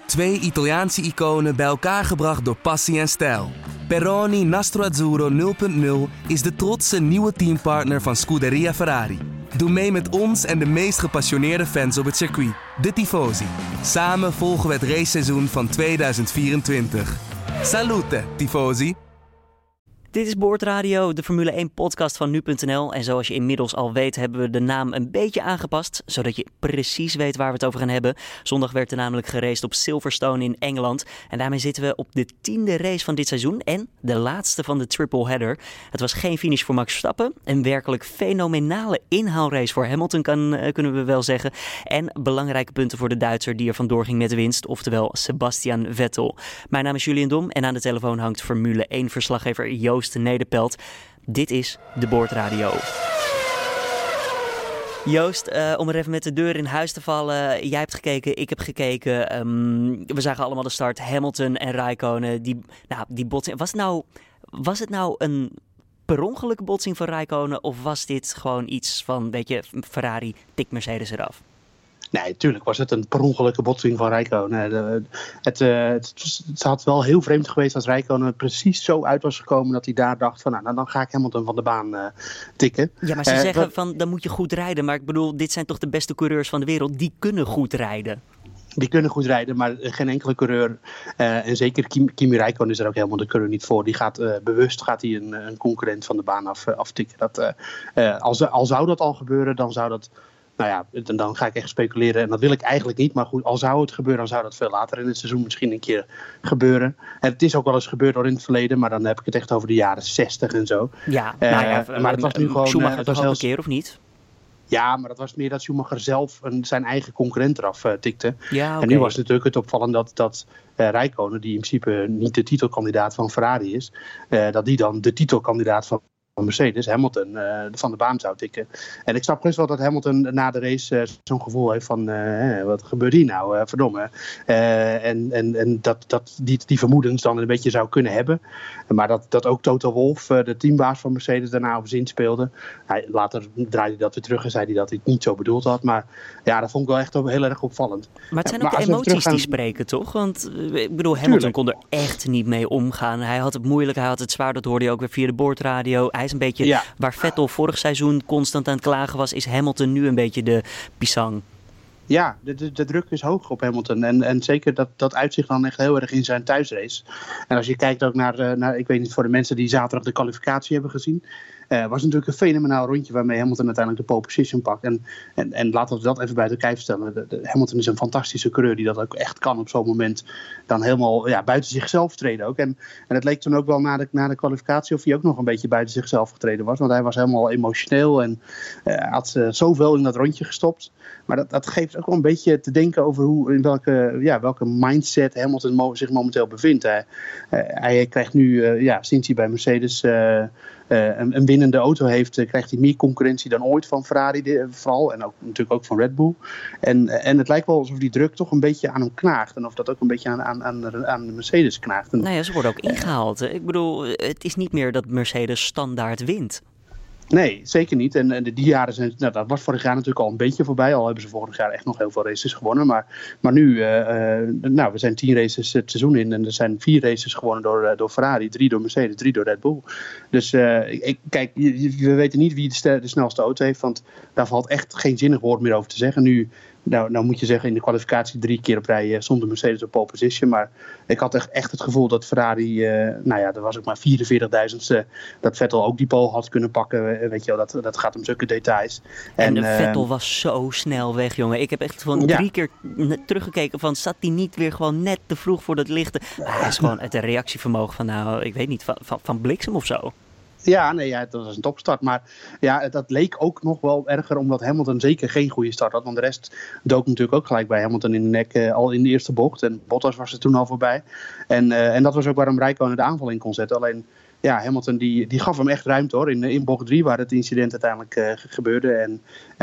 Twee Italiaanse iconen bij elkaar gebracht door passie en stijl. Peroni Nastro Azzurro 0.0 is de trotse nieuwe teampartner van Scuderia Ferrari. Doe mee met ons en de meest gepassioneerde fans op het circuit, de Tifosi. Samen volgen we het raceseizoen van 2024. Salute, Tifosi! Dit is Boordradio, de Formule 1 podcast van nu.nl. En zoals je inmiddels al weet hebben we de naam een beetje aangepast, zodat je precies weet waar we het over gaan hebben. Zondag werd er namelijk geraced op Silverstone in Engeland. En daarmee zitten we op de 10e race van dit seizoen en de laatste van de triple header. Het was geen finish voor Max Verstappen, een werkelijk fenomenale inhaalrace voor Hamilton kunnen we wel zeggen. En belangrijke punten voor de Duitser die er vandoor ging met de winst, oftewel Sebastian Vettel. Mijn naam is Julian Dom en aan de telefoon hangt Formule 1-verslaggever Joost Nederpelt. Dit is de Boordradio. Joost, om er even met de deur in huis te vallen. Jij hebt gekeken, ik heb gekeken. We zagen allemaal de start. Hamilton en Räikkönen. Die botsing. Was het nou een per ongeluk botsing van Räikkönen? Of was dit gewoon iets van, weet je, Ferrari tikt Mercedes eraf? Nee, natuurlijk was het een per ongelukke botsing van Räikkönen. Het had wel heel vreemd geweest als Räikkönen precies zo uit was gekomen dat hij daar dacht van nou, dan ga ik Hamilton van de baan tikken. Ja, maar ze zeggen van dan moet je goed rijden. Maar ik bedoel, dit zijn toch de beste coureurs van de wereld. Die kunnen goed rijden. Die kunnen goed rijden, maar geen enkele coureur, en zeker Kimi Räikkönen is er ook helemaal de coureur niet voor. Die gaat bewust een concurrent van de baan aftikken. Al zou dat al gebeuren, dan zou dat... Nou ja, dan ga ik echt speculeren en dat wil ik eigenlijk niet. Maar goed, al zou het gebeuren, dan zou dat veel later in het seizoen misschien een keer gebeuren. En het is ook wel eens gebeurd in het verleden, maar dan heb ik het echt over de jaren 60 en zo. Ja, maar het was nu gewoon... Schumacher toch al een keer, of niet? Ja, maar dat was meer dat Schumacher zelf zijn eigen concurrent eraf tikte. Ja, okay. En nu was het natuurlijk het opvallend dat Räikkönen, die in principe niet de titelkandidaat van Ferrari is, dat die dan de titelkandidaat van Mercedes, Hamilton, van de baan zou tikken. En ik snap gerust wel dat Hamilton na de race zo'n gevoel heeft van wat gebeurt hier nou, verdomme. En dat die vermoedens dan een beetje zou kunnen hebben. Maar dat ook Toto Wolff, de teambaas van Mercedes, daarna op zin speelde. Later draaide hij dat weer terug en zei hij dat hij het niet zo bedoeld had. Maar ja, dat vond ik wel echt heel erg opvallend. Maar het zijn ook de emoties die spreken, toch? Want ik bedoel, Hamilton kon er echt niet mee omgaan. Hij had het moeilijk, hij had het zwaar, dat hoorde je ook weer via de boordradio. Hij is een beetje waar Vettel vorig seizoen constant aan het klagen was, is Hamilton nu een beetje de pisang. Ja, de druk is hoog op Hamilton. En zeker dat uitzicht dan echt heel erg in zijn thuisrace. En als je kijkt ook naar, ik weet niet, voor de mensen die zaterdag de kwalificatie hebben gezien, was natuurlijk een fenomenaal rondje waarmee Hamilton uiteindelijk de pole position pakt. En laten we dat even buiten kijf stellen. Hamilton is een fantastische coureur die dat ook echt kan op zo'n moment. Dan helemaal buiten zichzelf treden ook. En het leek toen ook wel na de kwalificatie of hij ook nog een beetje buiten zichzelf getreden was. Want hij was helemaal emotioneel en had zoveel in dat rondje gestopt. Maar dat geeft ook wel een beetje te denken over in welke mindset Hamilton zich momenteel bevindt. Hij krijgt nu, sinds hij bij Mercedes een winnende auto heeft, krijgt hij meer concurrentie dan ooit van Ferrari vooral. En ook, natuurlijk ook van Red Bull. En het lijkt wel alsof die druk toch een beetje aan hem knaagt. En of dat ook een beetje aan de Mercedes knaagt. Nou ja, ze worden ook ingehaald. Ik bedoel, het is niet meer dat Mercedes standaard wint. Nee, zeker niet. En die jaren zijn, dat was vorig jaar natuurlijk al een beetje voorbij. Al hebben ze vorig jaar echt nog heel veel races gewonnen. Maar nu, we zijn 10 races het seizoen in. En er zijn 4 races gewonnen door Ferrari, 3 door Mercedes, 3 door Red Bull. Dus kijk, we weten niet wie de snelste auto heeft. Want daar valt echt geen zinnig woord meer over te zeggen. Nu, nou moet je zeggen, in de kwalificatie 3 keer op rij zonder Mercedes op pole position. Maar ik had echt het gevoel dat Ferrari, er was ook maar 44.000ste, dat Vettel ook die pole had kunnen pakken. Weet je wel, dat gaat om zulke details. En Vettel was zo snel weg, jongen. Ik heb echt van 3 keer teruggekeken van, zat hij niet weer gewoon net te vroeg voor dat lichten? Hij is gewoon het reactievermogen van, ik weet niet, van bliksem of zo. Ja, dat was een topstart. Maar ja, dat leek ook nog wel erger omdat Hamilton zeker geen goede start had. Want de rest dook natuurlijk ook gelijk bij Hamilton in de nek al in de eerste bocht. En Bottas was er toen al voorbij. En dat was ook waarom Räikkönen de aanval in kon zetten. Alleen Hamilton die gaf hem echt ruimte hoor. In bocht 3 waar het incident uiteindelijk gebeurde. En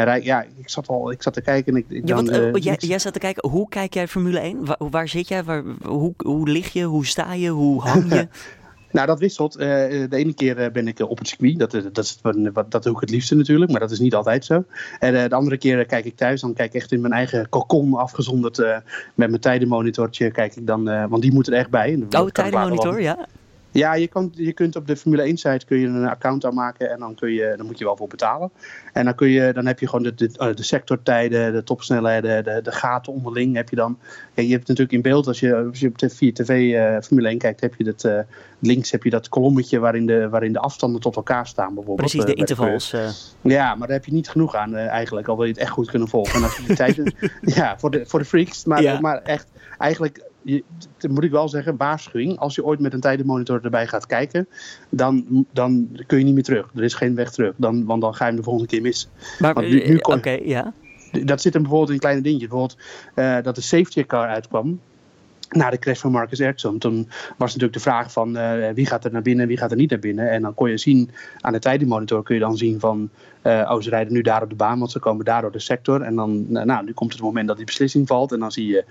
ik zat te kijken. Jij zat te kijken. Hoe kijk jij Formule 1? Waar zit jij? Hoe lig je? Hoe sta je? Hoe hang je? Nou, dat wisselt. De ene keer ben ik op het circuit. Dat doe ik het liefste natuurlijk, maar dat is niet altijd zo. En de andere keer kijk ik thuis. Dan kijk ik echt in mijn eigen cocon afgezonderd met mijn tijdenmonitortje. Kijk ik dan, want die moet er echt bij. Tijdenmonitor, ja? Ja, je kunt op de Formule 1 site kun je een account aanmaken en dan moet je wel voor betalen. En dan heb je gewoon de sectortijden, de topsnelheden, de gaten onderling heb je dan. Ja, je hebt natuurlijk in beeld, als je via tv Formule 1 kijkt, heb je links heb je dat kolommetje waarin de afstanden tot elkaar staan bijvoorbeeld. Precies, de intervals. Ja, maar daar heb je niet genoeg aan eigenlijk, al wil je het echt goed kunnen volgen. En als je de tijden, ja, voor de freaks, maar echt eigenlijk... moet ik wel zeggen, waarschuwing. Als je ooit met een tijdenmonitor erbij gaat kijken, dan kun je niet meer terug. Er is geen weg terug. Want dan ga je hem de volgende keer missen. Ja. Dat zit hem bijvoorbeeld in kleine dingetjes. Bijvoorbeeld dat de safety car uitkwam. Na de crash van Marcus Ericsson. Toen was natuurlijk de vraag van wie gaat er naar binnen, wie gaat er niet naar binnen. En dan kon je zien, aan de tijdenmonitor kun je dan zien van ze rijden nu daar op de baan, want ze komen daar door de sector. En dan, nu komt het moment dat die beslissing valt. En dan zie je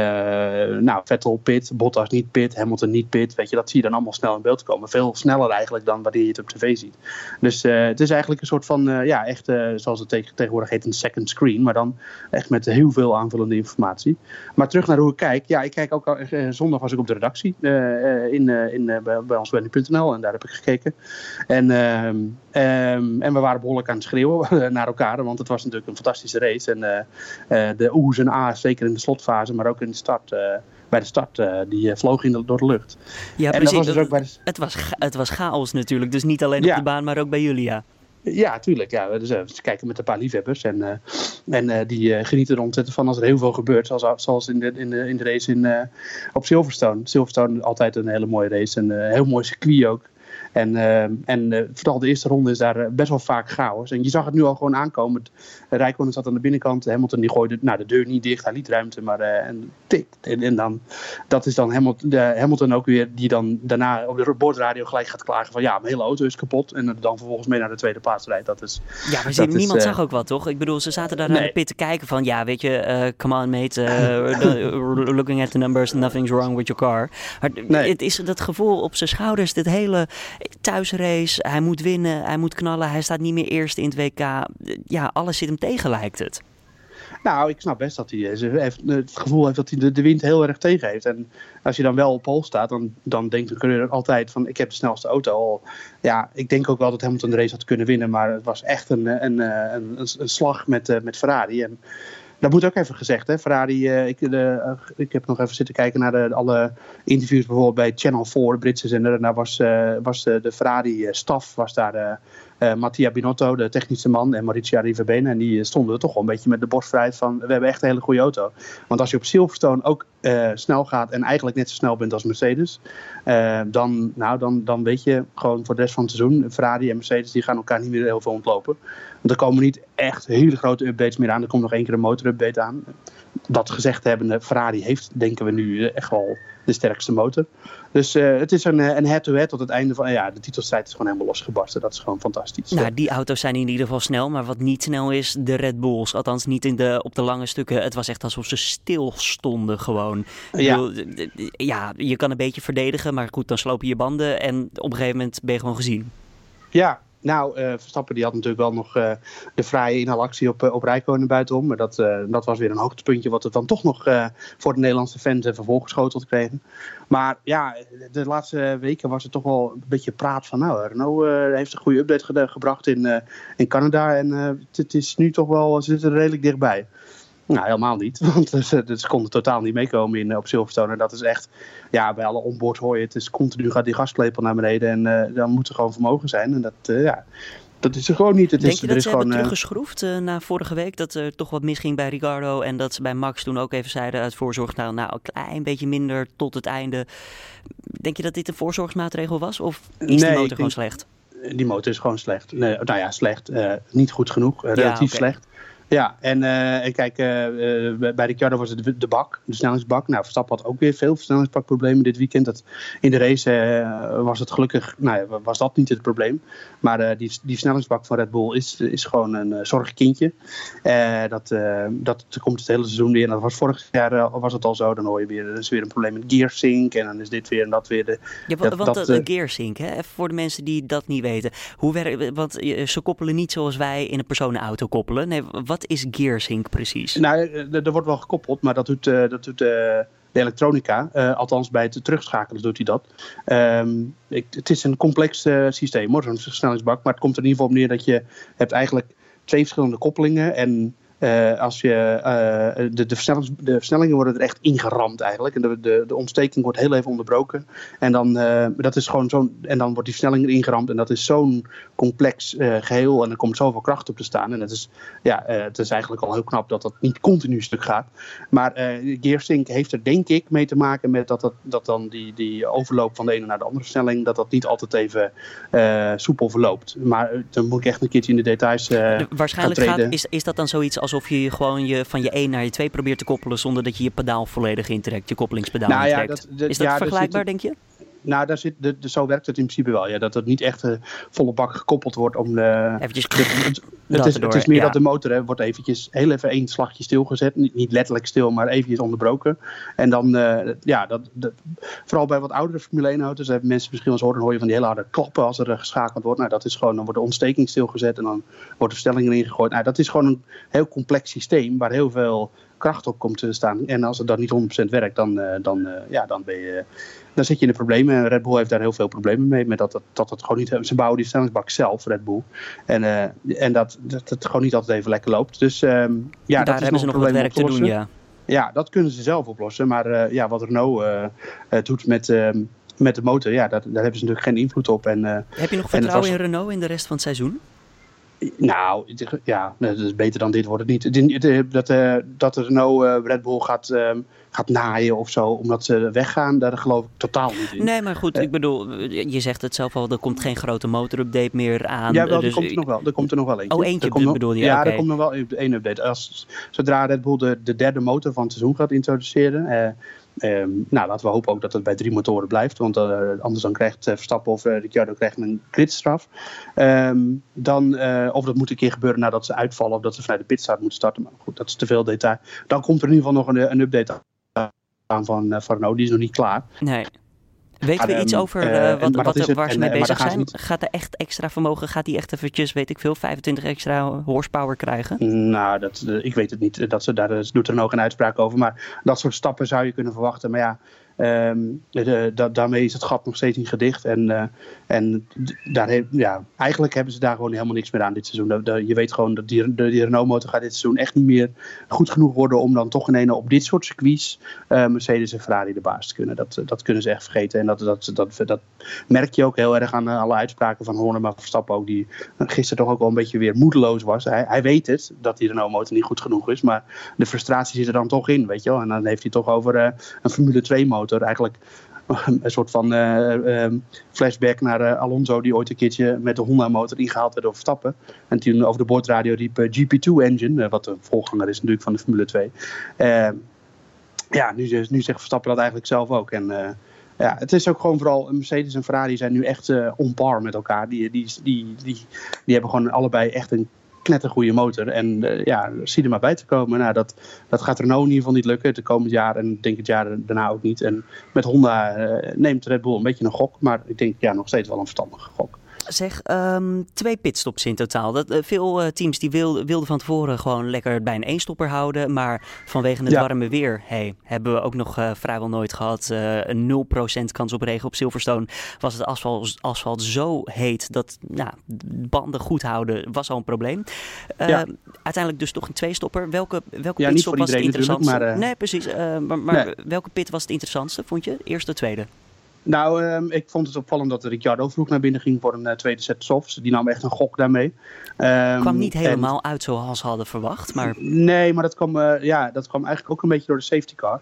Vettel pit, Bottas niet pit, Hamilton niet pit. Weet je, dat zie je dan allemaal snel in beeld komen. Veel sneller eigenlijk dan wanneer je het op tv ziet. Dus het is eigenlijk een soort van, echt zoals het tegenwoordig heet, een second screen. Maar dan echt met heel veel aanvullende informatie. Maar terug naar hoe ik kijk. Ja, ik kijk ook zondag was ik op de redactie bij ons bij nu.nl en daar heb ik gekeken. En we waren behoorlijk aan het schreeuwen naar elkaar, want het was natuurlijk een fantastische race. En de oe's en a's, zeker in de slotfase, maar ook in de start, bij de start, die vlogen door de lucht. Ja, en precies. Dat was dus ook bij het was chaos natuurlijk, dus niet alleen op de baan, maar ook bij jullie, ja. Ja, tuurlijk. Ja. Dus, we kijken met een paar liefhebbers en die genieten er ontzettend van als er heel veel gebeurt. Zoals in de race op Silverstone. Silverstone altijd een hele mooie race en een heel mooi circuit ook. En vooral de eerste ronde is daar best wel vaak chaos. En je zag het nu al gewoon aankomen. Räikkönen zat aan de binnenkant. Hamilton die gooide de deur niet dicht. Hij liet ruimte, maar en dan, dat is dan Hamilton ook weer, die dan daarna op de bordradio gelijk gaat klagen van ja, mijn hele auto is kapot. En dan vervolgens mee naar de tweede plaats rijdt. Ja, maar niemand zag ook wat, toch? Ik bedoel, ze zaten daar naar de pit te kijken van ja, weet je, come on mate, looking at the numbers, nothing's wrong with your car. Maar het is dat gevoel op zijn schouders, dit hele thuisrace, hij moet winnen, hij moet knallen, hij staat niet meer eerst in het WK. Ja, alles zit hem tegen, lijkt het. Nou, ik snap best dat hij het gevoel heeft dat hij de wind heel erg tegen heeft. En als je dan wel op pole staat, dan denkt de coureur altijd van ik heb de snelste auto. Ja, ik denk ook wel dat Hamilton de race had kunnen winnen, maar het was echt een slag met Ferrari. En dat moet ook even gezegd, hè. Ferrari, ik heb nog even zitten kijken naar alle interviews bijvoorbeeld bij Channel 4, de Britse zender. En daar was de Ferrari-staf, was daar Mattia Binotto, de technische man, en Maurizio Arrivabene. En die stonden er toch wel een beetje met de borst vrij van we hebben echt een hele goede auto. Want als je op Silverstone ook snel gaat en eigenlijk net zo snel bent als Mercedes, dan weet je gewoon voor de rest van het seizoen, Ferrari en Mercedes die gaan elkaar niet meer heel veel ontlopen. Want er komen niet echt hele grote updates meer aan. Er komt nog 1 keer een motorupdate aan. Dat gezegd hebbende, Ferrari heeft, denken we nu, echt wel de sterkste motor. Dus het is een head-to-head tot het einde van... de titelstrijd is gewoon helemaal losgebarsten. Dat is gewoon fantastisch. Nou, die auto's zijn in ieder geval snel. Maar wat niet snel is, de Red Bulls. Althans niet op de lange stukken. Het was echt alsof ze stil stonden gewoon. Ja, je kan een beetje verdedigen. Maar goed, dan sloop je je banden. En op een gegeven moment ben je gewoon gezien. Ja. Nou, Verstappen die had natuurlijk wel nog de fraaie inhalactie op Räikkönen buitenom. Maar dat was weer een hoogtepuntje wat we dan toch nog voor de Nederlandse fans even voorgeschoteld kregen. Maar ja, de laatste weken was het toch wel een beetje praat van Renault heeft een goede update gebracht in Canada. En het is nu toch wel, ze zitten er redelijk dichtbij. Nou, helemaal niet. Want ze konden totaal niet meekomen op Silverstone. En dat is echt, bij alle onboards hoor je het. Dus continu gaat die gasklepel naar beneden. En dan moet er gewoon vermogen zijn. En dat is er gewoon niet. Denk je dat ze hebben teruggeschroefd na vorige week? Dat er toch wat misging bij Ricciardo. En dat ze bij Max toen ook even zeiden uit voorzorg. Nou, een klein beetje minder tot het einde. Denk je dat dit een voorzorgsmaatregel was? Of is de motor gewoon slecht? Die motor is gewoon slecht. Nee, slecht. Niet goed genoeg. Relatief slecht. Ja, en kijk, bij Ricciardo was het de bak, de versnellingsbak. Nou, Verstappen had ook weer veel versnellingsbakproblemen dit weekend. In de race was het gelukkig, was dat niet het probleem. Maar die versnellingsbak van Red Bull is gewoon een zorgkindje. Dat komt het hele seizoen weer. En dat was vorig jaar was het al zo. Dan hoor je weer, er is weer een probleem met gearsync. En dan is dit weer en dat weer. De gearsync, hè? Even voor de mensen die dat niet weten. Hoe werkt, want ze koppelen niet zoals wij in een personenauto koppelen. Nee, wat is gearsync precies? Nou, er wordt wel gekoppeld, maar dat doet de elektronica. Althans, bij het terugschakelen doet hij dat. Het is een complex systeem, hoor, zo'n versnellingsbak. Maar het komt er in ieder geval op neer dat je hebt eigenlijk 2 verschillende koppelingen. En als je de versnellingen worden er echt ingeramd eigenlijk. En de ontsteking wordt heel even onderbroken. En dan, dat is gewoon en dan wordt die versnelling erin geramd. En dat is zo'n complex geheel. En er komt zoveel kracht op te staan. En het is eigenlijk al heel knap dat dat niet continu stuk gaat. Maar gearsync heeft er denk ik mee te maken met dat dan die overloop van de ene naar de andere versnelling, dat niet altijd even soepel verloopt. Maar dan moet ik echt een keertje in de details waarschijnlijk is dat dan zoiets alsof je gewoon van je 1 naar je 2 probeert te koppelen zonder dat je je pedaal volledig intrekt, je koppelingspedaal intrekt. Is dat vergelijkbaar, denk je? Nou, zo werkt het in principe wel. Ja, dat het niet echt volle bak gekoppeld wordt om het is meer dat de motor wordt heel even 1 slagje stilgezet. Niet letterlijk stil, maar eventjes onderbroken. En dan, vooral bij wat oudere Formule 1 auto's, hebben mensen misschien wel eens horen, dan hoor je van die hele harde klappen als er geschakeld wordt. Nou, dat is gewoon, dan wordt de ontsteking stilgezet en dan wordt de versnelling erin gegooid. Nou, dat is gewoon een heel complex systeem waar heel veel kracht op komt te staan. En als het dan niet 100% werkt, dan zit je in de problemen. Red Bull heeft daar heel veel problemen mee. Met dat het gewoon niet. Ze bouwen die versnellingsbak zelf, Red Bull. En dat het gewoon niet altijd even lekker loopt. Dus daar hebben ze nog wat werk te doen, ja. Ja, dat kunnen ze zelf oplossen. Maar wat Renault doet met de motor, daar hebben ze natuurlijk geen invloed op. Heb je nog vertrouwen in Renault in de rest van het seizoen? Nou, dat is beter dan dit wordt het niet. Dat Renault Red Bull gaat naaien of zo, omdat ze weggaan, daar geloof ik totaal niet in. Nee, maar goed, ik bedoel, je zegt het zelf al, er komt geen grote motorupdate meer aan. Ja, wel, er komt er nog wel eentje. Oh, eentje bedoel je? Ja, er komt nog wel één update. Zodra Red Bull de derde motor van het seizoen gaat introduceren, laten we hopen ook dat het bij 3 motoren blijft. Want anders dan krijgt Verstappen of Ricciardo een gridstraf. Of dat moet een keer gebeuren nadat ze uitvallen of dat ze vanuit de pitstart moeten starten. Maar goed, dat is te veel detail. Dan komt er in ieder geval nog een update aan van Renault. Die is nog niet klaar. Nee. Weten we iets over waar ze mee bezig zijn? Gaat er echt extra vermogen? Gaat die echt eventjes, 25 extra horsepower krijgen? Nou, ik weet het niet. Daar doet er nog een uitspraak over. Maar dat soort stappen zou je kunnen verwachten. Maar ja, daarmee is het gat nog steeds niet gedicht. Eigenlijk hebben ze daar gewoon helemaal niks meer aan dit seizoen. Je weet gewoon dat die Renault-motor gaat dit seizoen echt niet meer goed genoeg worden om dan toch ineens op dit soort circuits Mercedes en Ferrari de baas te kunnen. Dat kunnen ze echt vergeten. En dat merk je ook heel erg aan alle uitspraken van Horner, maar Verstappen ook, die gisteren toch ook wel een beetje weer moedeloos was. Hij weet het, dat die Renault-motor niet goed genoeg is, maar de frustratie zit er dan toch in, weet je wel. En dan heeft hij toch over een Formule 2-motor eigenlijk een soort van flashback naar Alonso, die ooit een keertje met de Honda-motor ingehaald werd door Verstappen. En toen over de boordradio riep GP2-engine, wat de voorganger is natuurlijk van de Formule 2. Nu zegt Verstappen dat eigenlijk zelf ook. En het is ook gewoon vooral, Mercedes en Ferrari zijn nu echt on par met elkaar. Die hebben gewoon allebei echt een knettergoeie motor. En zie er maar bij te komen. Nou, dat gaat Renault in ieder geval niet lukken het komend jaar. En ik denk het jaar daarna ook niet. En met Honda neemt Red Bull een beetje een gok. Maar ik denk nog steeds wel een verstandige gok. Zeg, 2 pitstops in totaal. Veel teams die wilden van tevoren gewoon lekker bij een 1-stopper houden. Maar vanwege het warme weer hebben we ook nog vrijwel nooit gehad. Een 0% kans op regen op Silverstone. Was het asfalt zo heet dat banden goed houden was al een probleem. Uiteindelijk dus toch een 2-stopper. Welke pitstop was het interessantste? Nee, precies. Maar welke pit was het interessantste, vond je? Eerste, tweede? Nou, ik vond het opvallend dat Ricciardo vroeg naar binnen ging voor een tweede set softs. Die nam echt een gok daarmee. Kwam niet helemaal uit zoals ze hadden verwacht. Maar... Nee, maar dat kwam eigenlijk ook een beetje door de safety car.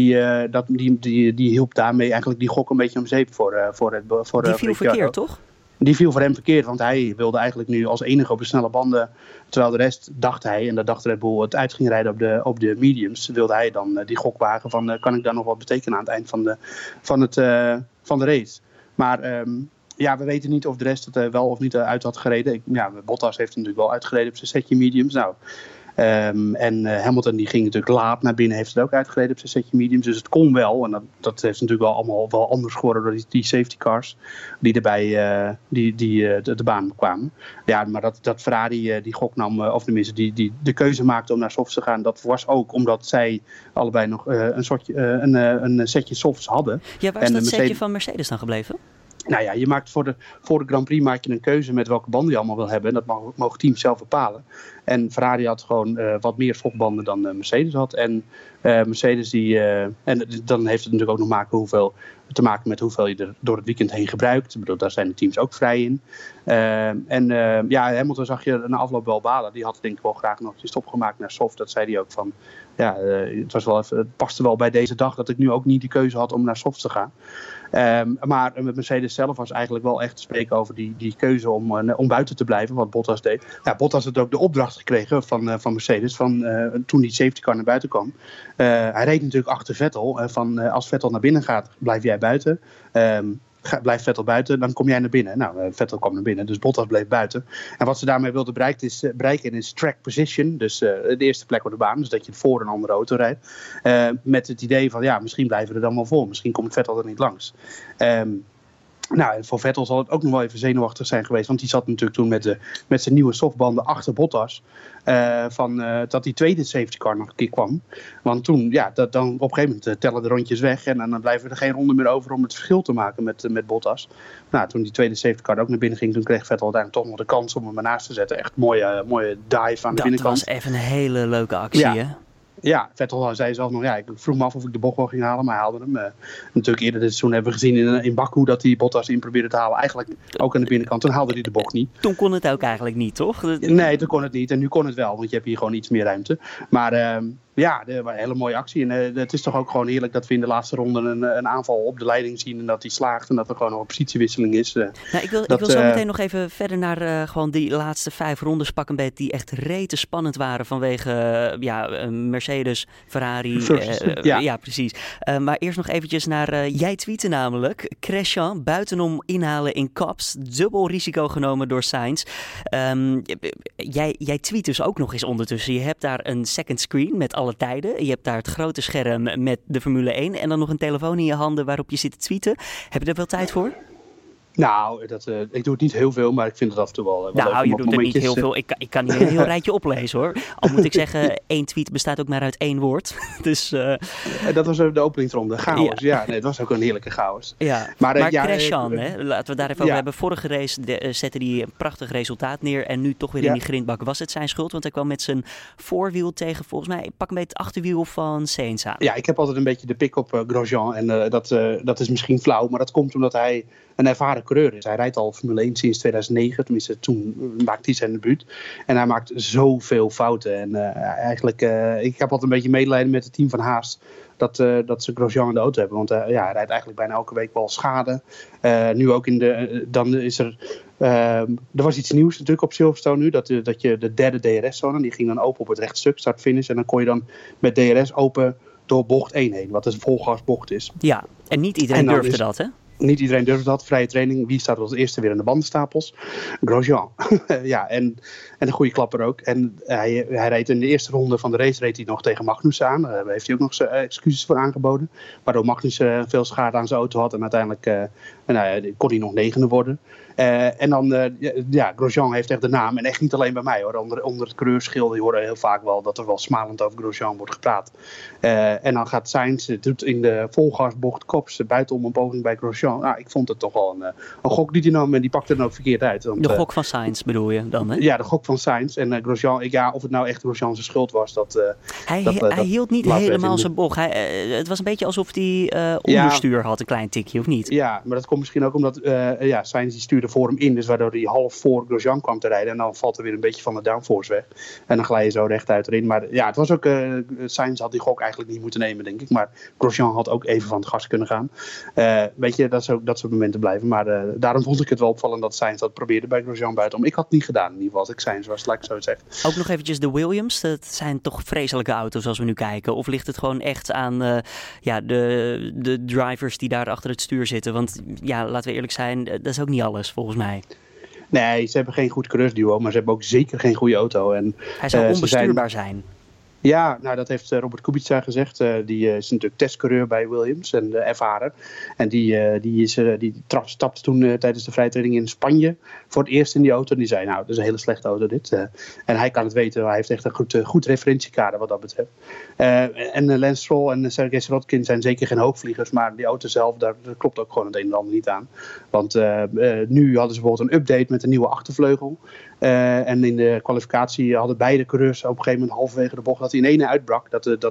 Die hielp daarmee eigenlijk die gok een beetje om zeep voor die viel verkeerd, toch? Die viel voor hem verkeerd, want hij wilde eigenlijk nu als enige op de snelle banden, terwijl de rest, dacht hij, en dat dacht Red Bull, het uit ging rijden op de mediums, wilde hij dan die gok wagen van kan ik daar nog wat betekenen aan het eind van de race. Maar we weten niet of de rest het wel of niet uit had gereden. Bottas heeft natuurlijk wel uitgereden op zijn setje mediums. En Hamilton die ging natuurlijk laat naar binnen, heeft het ook uitgereden op zijn setje mediums. Dus het kon wel. En dat heeft natuurlijk wel allemaal wel anders geworden door die safety cars die erbij de baan kwamen. Ja, maar dat Ferrari die gok nam, of tenminste die de keuze maakte om naar softs te gaan, dat was ook omdat zij allebei nog een setje softs hadden. Ja, waar is dat setje van Mercedes dan gebleven? Nou ja, je maakt voor de Grand Prix maak je een keuze met welke banden je allemaal wil hebben. En dat mogen teams zelf bepalen. En Ferrari had gewoon wat meer softbanden dan Mercedes had. En Mercedes en dan heeft het natuurlijk ook nog te maken met hoeveel je er door het weekend heen gebruikt. Ik bedoel, daar zijn de teams ook vrij in. Hamilton zag je na afloop wel balen. Die had denk ik wel graag nog die stop gemaakt naar soft. Dat zei hij ook van. Ja, het paste wel bij deze dag dat ik nu ook niet de keuze had om naar soft te gaan. Maar met Mercedes zelf was eigenlijk wel echt te spreken over die keuze om buiten te blijven, wat Bottas deed. Ja, Bottas had ook de opdracht gekregen van Mercedes toen die safety car naar buiten kwam. Hij reed natuurlijk achter Vettel. Als Vettel naar binnen gaat, blijf jij buiten. Blijft Vettel buiten, dan kom jij naar binnen. Nou, Vettel kwam naar binnen, dus Bottas bleef buiten. En wat ze daarmee wilden bereiken is track position. Dus de eerste plek op de baan, dus dat je voor een andere auto rijdt. Met het idee van, misschien blijven we er dan wel voor. Misschien komt Vettel er niet langs. Voor Vettel zal het ook nog wel even zenuwachtig zijn geweest. Want die zat natuurlijk toen met zijn nieuwe softbanden achter Bottas. Dat die tweede safety car nog een keer kwam. Want toen, dan op een gegeven moment tellen de rondjes weg. En dan blijven er geen ronden meer over om het verschil te maken met Bottas. Nou, toen die tweede safety car ook naar binnen ging, toen kreeg Vettel uiteindelijk toch nog de kans om hem ernaast te zetten. Echt mooie dive aan de binnenkant. Dat was even een hele leuke actie, hè? Ja, Vettel zei zelf nog, ik vroeg me af of ik de bocht wel ging halen, maar hij haalde hem. Natuurlijk eerder dit seizoen hebben we gezien in Baku dat hij Bottas in probeerde te halen. Eigenlijk ook aan de binnenkant, toen haalde hij de bocht niet. Toen kon het ook eigenlijk niet, toch? Nee, toen kon het niet en nu kon het wel, want je hebt hier gewoon iets meer ruimte. Maar dat was een hele mooie actie. En het is toch ook gewoon heerlijk dat we in de laatste ronde een aanval op de leiding zien en dat die slaagt en dat er gewoon nog een positiewisseling is. Ik wil zo meteen nog even verder naar gewoon die laatste 5 rondes pakken beet die echt rete spannend waren vanwege Mercedes, Ferrari. Ja, precies. Maar eerst nog eventjes naar, jij tweette namelijk, Grosjean buitenom inhalen in Caps, dubbel risico genomen door Sainz. Jij tweet dus ook nog eens ondertussen. Je hebt daar een second screen met alle tijden. Je hebt daar het grote scherm met de Formule 1 en dan nog een telefoon in je handen waarop je zit te tweeten. Heb je er wel tijd voor? Nou, ik doe het niet heel veel, maar ik vind het af en toe wel leuk. Je doet er niet heel veel. Ik kan niet een heel rijtje oplezen, hoor. Al moet ik zeggen, 1 tweet bestaat ook maar uit 1 woord. Dus, dat was de openingsronde. Chaos, het was ook een heerlijke chaos. Ja, maar Grosjean, laten we daar even over hebben. Vorige race zette hij een prachtig resultaat neer en nu toch weer in die grindbak. Was het zijn schuld? Want hij kwam met zijn voorwiel tegen, volgens mij, pak een beetje het achterwiel van Sainz aan. Ja, ik heb altijd een beetje de pik op Grosjean en dat is misschien flauw, maar dat komt omdat hij een ervaren coureur is. Hij rijdt al Formule 1 sinds 2009. Tenminste, toen maakte hij zijn debuut. En hij maakt zoveel fouten. En ik heb altijd een beetje medelijden met het team van Haas dat ze Grosjean in de auto hebben. Want hij rijdt eigenlijk bijna elke week wel schade. Nu ook dan is er was iets nieuws natuurlijk op Silverstone nu. Dat je de derde DRS-zone, die ging dan open op het rechtstuk, start-finish. En dan kon je dan met DRS open door bocht 1 heen. Wat een volgasbocht is. Ja, en niet iedereen durfde dat, hè? Niet iedereen durfde dat. Vrije training. Wie staat als eerste weer in de bandenstapels? Grosjean. En een goede klapper ook. En hij reed in de eerste ronde van de race reed hij nog tegen Magnussen aan. Daar heeft hij ook nog zijn excuses voor aangeboden. Waardoor Magnussen veel schade aan zijn auto had. En uiteindelijk kon hij nog 9e worden. Grosjean heeft echt de naam. En echt niet alleen bij mij, hoor. Onder het coureursschild, die horen heel vaak wel dat er wel smalend over Grosjean wordt gepraat. En dan gaat Sainz, doet in de volgasbocht Kops buitenom een poging bij Grosjean. Ik vond het toch wel een gok die hij nam en die pakte er dan ook verkeerd uit. Want, de gok van Sainz bedoel je dan, hè? Ja, de gok van Sainz. En Grosjean, of het nou echt Grosjean zijn schuld was, Hij hield niet helemaal zijn bocht. Het was een beetje alsof hij onderstuur had, een klein tikje, of niet? Ja, maar dat komt misschien ook omdat Sainz die stuurde stuurde voor hem in. Dus waardoor hij half voor Grosjean kwam te rijden. En dan valt er weer een beetje van de downforce weg. En dan glij je zo rechtuit erin. Maar ja, het was ook... Sainz had die gok eigenlijk niet moeten nemen, denk ik. Maar Grosjean had ook even van het gas kunnen gaan. Weet je, dat soort momenten blijven. Maar daarom vond ik het wel opvallend dat Sainz dat probeerde bij Grosjean buitenom. Ik had het niet gedaan, in ieder geval, als ik Sainz was, laat ik zo zeggen. Ook nog eventjes de Williams. Dat zijn toch vreselijke auto's als we nu kijken. Of ligt het gewoon echt aan de drivers die daar achter het stuur zitten? Want ja, laten we eerlijk zijn, dat is ook niet alles volgens mij. Nee, ze hebben geen goed coureursduo, maar ze hebben ook zeker geen goede auto. En, hij zou onbestuurbaar zijn. Ja, nou dat heeft Robert Kubica gezegd. Die is natuurlijk testcoureur bij Williams en ervaren. En die stapte toen tijdens de vrijtraining in Spanje voor het eerst in die auto. En die zei, nou, dat is een hele slechte auto dit. En hij kan het weten, hij heeft echt een goed referentiekader wat dat betreft. En Lance Stroll en Sergej Sirotkin zijn zeker geen hoogvliegers. Maar die auto zelf, daar klopt ook gewoon het een en ander niet aan. Want nu hadden ze bijvoorbeeld een update met een nieuwe achtervleugel. En in de kwalificatie hadden beide coureurs op een gegeven moment halverwege de bocht dat hij in ene uitbrak.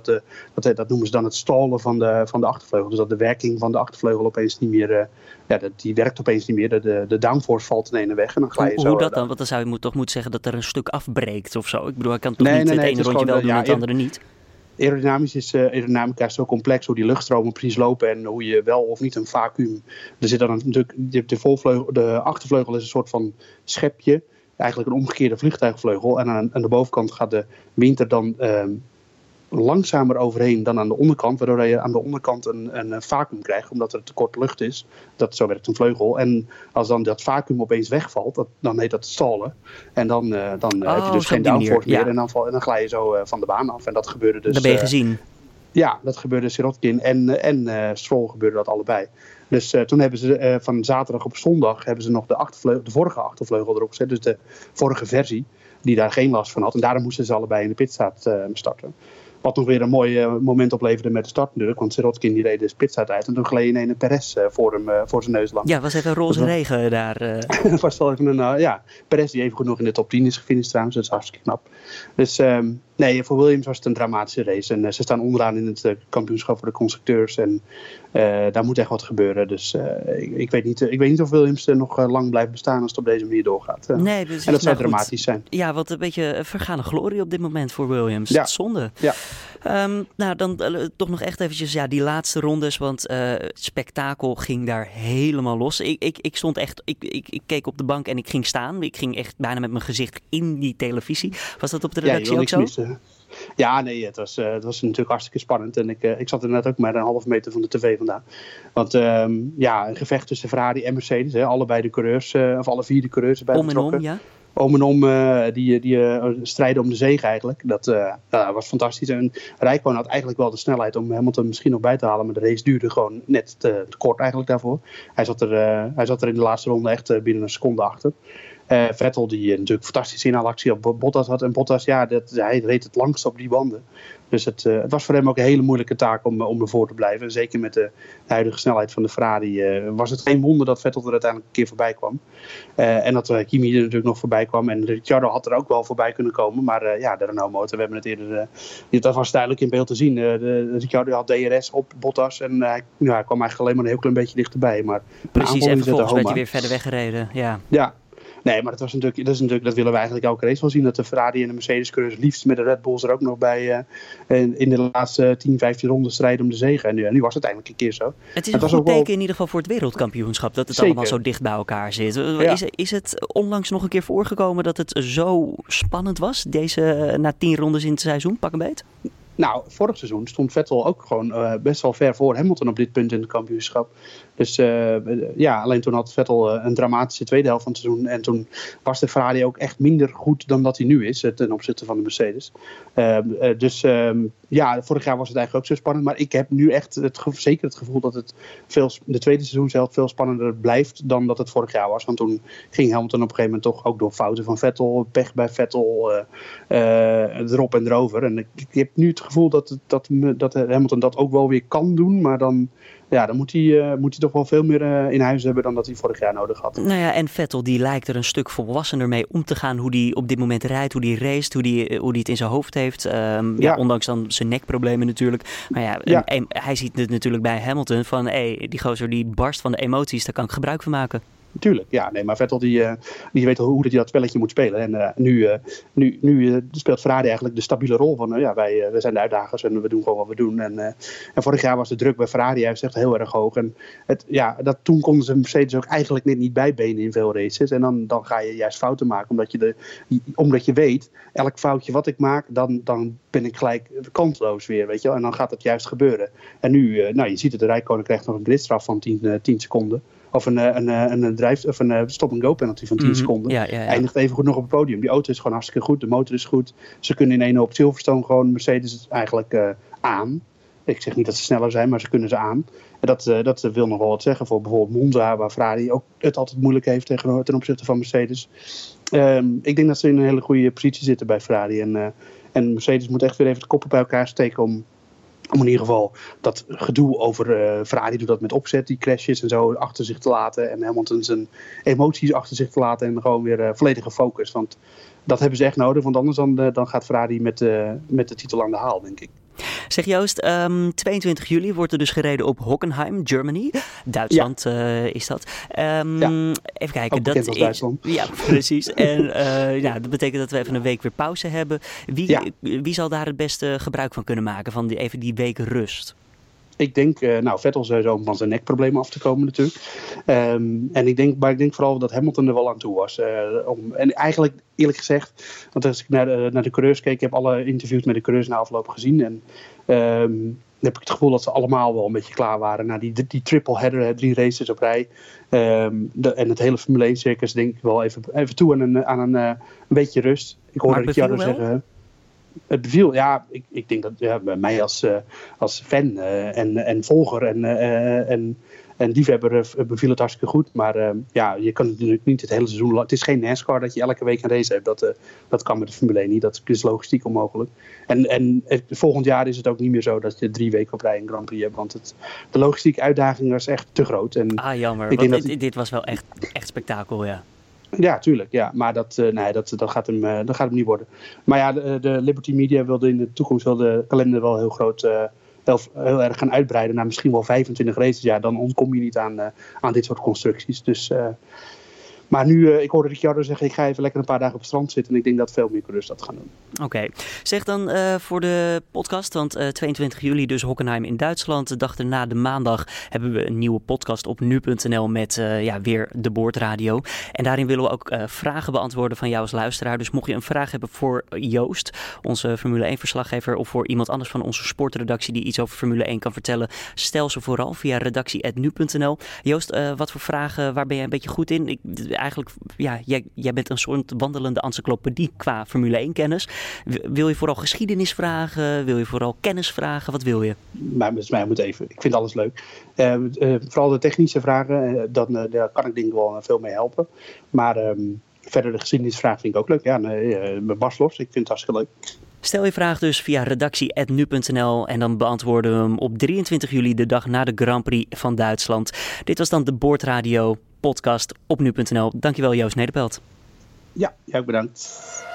Dat noemen ze dan het stallen van de achtervleugel. Dus dat de werking van de achtervleugel opeens niet meer... die werkt opeens niet meer. De downforce valt in ene weg. En dan glij je zo... Hoe dat dan? Want dan zou je toch moeten zeggen dat er een stuk afbreekt of zo. Ik bedoel, hij kan toch niet het ene rondje wel doen en het andere niet? Aerodynamica is zo complex hoe die luchtstromen precies lopen en hoe je wel of niet een vacuüm... Er zit dan natuurlijk... De achtervleugel is een soort van schepje. Eigenlijk een omgekeerde vliegtuigvleugel. En aan de bovenkant gaat de wind er dan langzamer overheen dan aan de onderkant. Waardoor je aan de onderkant een vacuüm krijgt. Omdat er tekort lucht is. Zo werkt een vleugel. En als dan dat vacuüm opeens wegvalt. Dan heet dat stallen. En dan heb je dus geen downforce meer. Ja. En dan glij je zo van de baan af. En dat gebeurde dus... Dat ben je gezien. Ja, dat gebeurde Sirotkin en Stroll gebeurde dat allebei. Dus toen hebben ze van zaterdag op zondag hebben ze nog de vorige achtervleugel erop gezet. Dus de vorige versie, die daar geen last van had. En daarom moesten ze allebei in de pitstraat starten. Wat nog weer een mooi moment opleverde met de start natuurlijk. Want Sirotkin die reed de pitstraat uit. En toen gleed een Perez voor zijn neus langs. Ja, was even een roze regen daar. Was wel even Perez die even goed nog in de top 10 is gefinished trouwens. Dat is hartstikke knap. Dus voor Williams was het een dramatische race. En ze staan onderaan in het kampioenschap voor de constructeurs. En daar moet echt wat gebeuren. Dus ik weet niet of Williams nog lang blijft bestaan als het op deze manier doorgaat. Nee, en dat zou dramatisch zijn. Ja, wat een beetje vergane glorie op dit moment voor Williams. Ja. Zonde. Ja. Dan toch nog echt eventjes die laatste rondes. Want spektakel ging daar helemaal los. Ik stond echt... Ik keek op de bank en ik ging staan. Ik ging echt bijna met mijn gezicht in die televisie. Was dat op de redactie ook zo? Missen. Ja, nee, het was natuurlijk hartstikke spannend. En ik zat er net ook maar een half meter van de tv vandaan. Want een gevecht tussen Ferrari en Mercedes. Allebei de coureurs, of alle vier de coureurs bij betrokken. Ja. Om en om die strijden om de zege eigenlijk. Dat was fantastisch. En Räikkönen had eigenlijk wel de snelheid om Hamilton misschien nog bij te halen. Maar de race duurde gewoon net te kort eigenlijk daarvoor. Hij zat er in de laatste ronde echt binnen een seconde achter. Vettel die natuurlijk fantastische inhaalactie op Bottas had. En Bottas, hij reed het langst op die banden. Dus het was voor hem ook een hele moeilijke taak om ervoor te blijven. Zeker met de huidige snelheid van de Ferrari was het geen wonder dat Vettel er uiteindelijk een keer voorbij kwam. En dat Kimi er natuurlijk nog voorbij kwam. En Ricciardo had er ook wel voorbij kunnen komen. Maar de Renault motor, we hebben het eerder... dat was duidelijk in beeld te zien. Ricciardo had DRS op Bottas. En hij kwam eigenlijk alleen maar een heel klein beetje dichterbij. Maar precies, en vervolgens werd hij weer verder weggereden. Ja. Nee, maar dat willen we eigenlijk elke race wel zien. Dat de Ferrari en de Mercedes-coureurs liefst met de Red Bulls er ook nog bij in de laatste 10, 15 ronden strijden om de zege. En nu was het eindelijk een keer zo. Het is een goed teken in ieder geval voor het wereldkampioenschap. Dat het allemaal zo dicht bij elkaar zit. Ja. Is het onlangs nog een keer voorgekomen dat het zo spannend was? na 10 rondes in het seizoen, pak een beet? Nou, vorig seizoen stond Vettel ook gewoon best wel ver voor Hamilton op dit punt in het kampioenschap. Dus alleen toen had Vettel een dramatische tweede helft van het seizoen. En toen was de Ferrari ook echt minder goed dan dat hij nu is ten opzichte van de Mercedes. Vorig jaar was het eigenlijk ook zo spannend. Maar ik heb nu echt zeker het gevoel dat het de tweede seizoen zelf veel spannender blijft dan dat het vorig jaar was. Want toen ging Hamilton op een gegeven moment toch ook door fouten van Vettel, pech bij Vettel, erop en erover. En ik heb nu het gevoel dat Hamilton dat ook wel weer kan doen, maar dan moet hij toch wel veel meer in huis hebben dan dat hij vorig jaar nodig had. Nou ja, en Vettel die lijkt er een stuk volwassener mee om te gaan. Hoe hij op dit moment rijdt, hoe hij race, hoe hij het in zijn hoofd heeft. Ondanks dan zijn nekproblemen natuurlijk. Maar hij ziet het natuurlijk bij Hamilton van die gozer die barst van de emoties, daar kan ik gebruik van maken. Tuurlijk, ja. Nee, maar Vettel die weet al hoe hij dat spelletje moet spelen. En nu speelt Ferrari eigenlijk de stabiele rol van... wij zijn de uitdagers en we doen gewoon wat we doen. En vorig jaar was de druk bij Ferrari juist echt heel erg hoog. En toen konden ze Mercedes ook eigenlijk net niet bijbenen in veel races. En dan ga je juist fouten maken. Omdat je weet, elk foutje wat ik maak, dan ben ik gelijk kansloos weer. Weet je wel? En dan gaat het juist gebeuren. En nu, je ziet het, de Räikkönen krijgt nog een gridstraf van 10 seconden. Of een stop-and-go penalty van 10 seconden. Ja. Eindigt even goed nog op het podium. Die auto is gewoon hartstikke goed. De motor is goed. Ze kunnen in 1 op Silverstone gewoon Mercedes eigenlijk aan. Ik zeg niet dat ze sneller zijn, maar ze kunnen ze aan. En dat wil nog wel wat zeggen voor bijvoorbeeld Monza, waar Ferrari ook het altijd moeilijk heeft ten opzichte van Mercedes. Ik denk dat ze in een hele goede positie zitten bij Ferrari. En Mercedes moet echt weer even de koppen bij elkaar steken om in ieder geval dat gedoe over Ferrari doet dat met opzet, die crashes en zo achter zich te laten. En Hamilton zijn emoties achter zich te laten en gewoon weer volledige focus. Want dat hebben ze echt nodig, want anders dan gaat Ferrari met de titel aan de haal, denk ik. Zeg Joost, 22 juli wordt er dus gereden op Hockenheim, Germany. Duitsland is dat. Even kijken. Ook bekend als Duitsland. Ja, precies. En dat betekent dat we even een week weer pauze hebben. Wie zal daar het beste gebruik van kunnen maken, van die week rust? Ik denk, Vettel sowieso om van zijn nekproblemen af te komen natuurlijk. Ik denk vooral dat Hamilton er wel aan toe was. En eigenlijk, eerlijk gezegd, want als ik naar de coureurs keek, ik heb alle interviews met de coureurs na afloop gezien. En dan heb ik het gevoel dat ze allemaal wel een beetje klaar waren. Na die triple header, 3 races op rij. En het hele Formule 1 circus denk ik wel even toe aan een beetje rust. Ik hoorde Ricciardo zeggen... Het beviel, ik denk dat bij mij als fan en volger en liefhebber beviel het hartstikke goed. Maar je kan natuurlijk niet het hele seizoen... Het is geen NASCAR dat je elke week een race hebt. Dat kan met de Formule 1 niet. Dat is logistiek onmogelijk. En volgend jaar is het ook niet meer zo dat je 3 weken op rij een Grand Prix hebt. Want de logistieke uitdaging was echt te groot. Jammer. Dit was wel echt spektakel, ja. Ja, tuurlijk. Ja. Maar dat gaat hem niet worden. Maar ja, de Liberty Media wilde in de toekomst de kalender wel heel groot... heel erg gaan uitbreiden naar misschien wel 25 races. Ja, dan ontkom je niet aan dit soort constructies. Dus... Maar nu, ik hoorde Ricciardo zeggen, ik ga even lekker een paar dagen op het strand zitten. En ik denk dat veel meer coureurs dat gaan doen. Oké. Zeg dan voor de podcast, want 22 juli dus Hockenheim in Duitsland. De dag erna, de maandag, hebben we een nieuwe podcast op nu.nl met weer de Boordradio. En daarin willen we ook vragen beantwoorden van jou als luisteraar. Dus mocht je een vraag hebben voor Joost, onze Formule 1-verslaggever, of voor iemand anders van onze sportredactie die iets over Formule 1 kan vertellen, stel ze vooral via redactie@nu.nl. Joost, wat voor vragen, waar ben jij een beetje goed in? Eigenlijk, jij bent een soort wandelende encyclopedie qua Formule 1 kennis. Wil je vooral geschiedenis vragen? Wil je vooral kennis vragen? Wat wil je? Mij moet even. Ik vind alles leuk. Vooral de technische vragen, daar kan ik denk ik wel veel mee helpen. Maar verder de geschiedenisvraag vind ik ook leuk. Ja, met Bas los. Ik vind het hartstikke leuk. Stel je vraag dus via redactie@nu.nl en dan beantwoorden we hem op 23 juli, de dag na de Grand Prix van Duitsland. Dit was dan de Boordradio podcast op nu.nl. Dankjewel Joost Nederpelt. Ja, jij ook bedankt.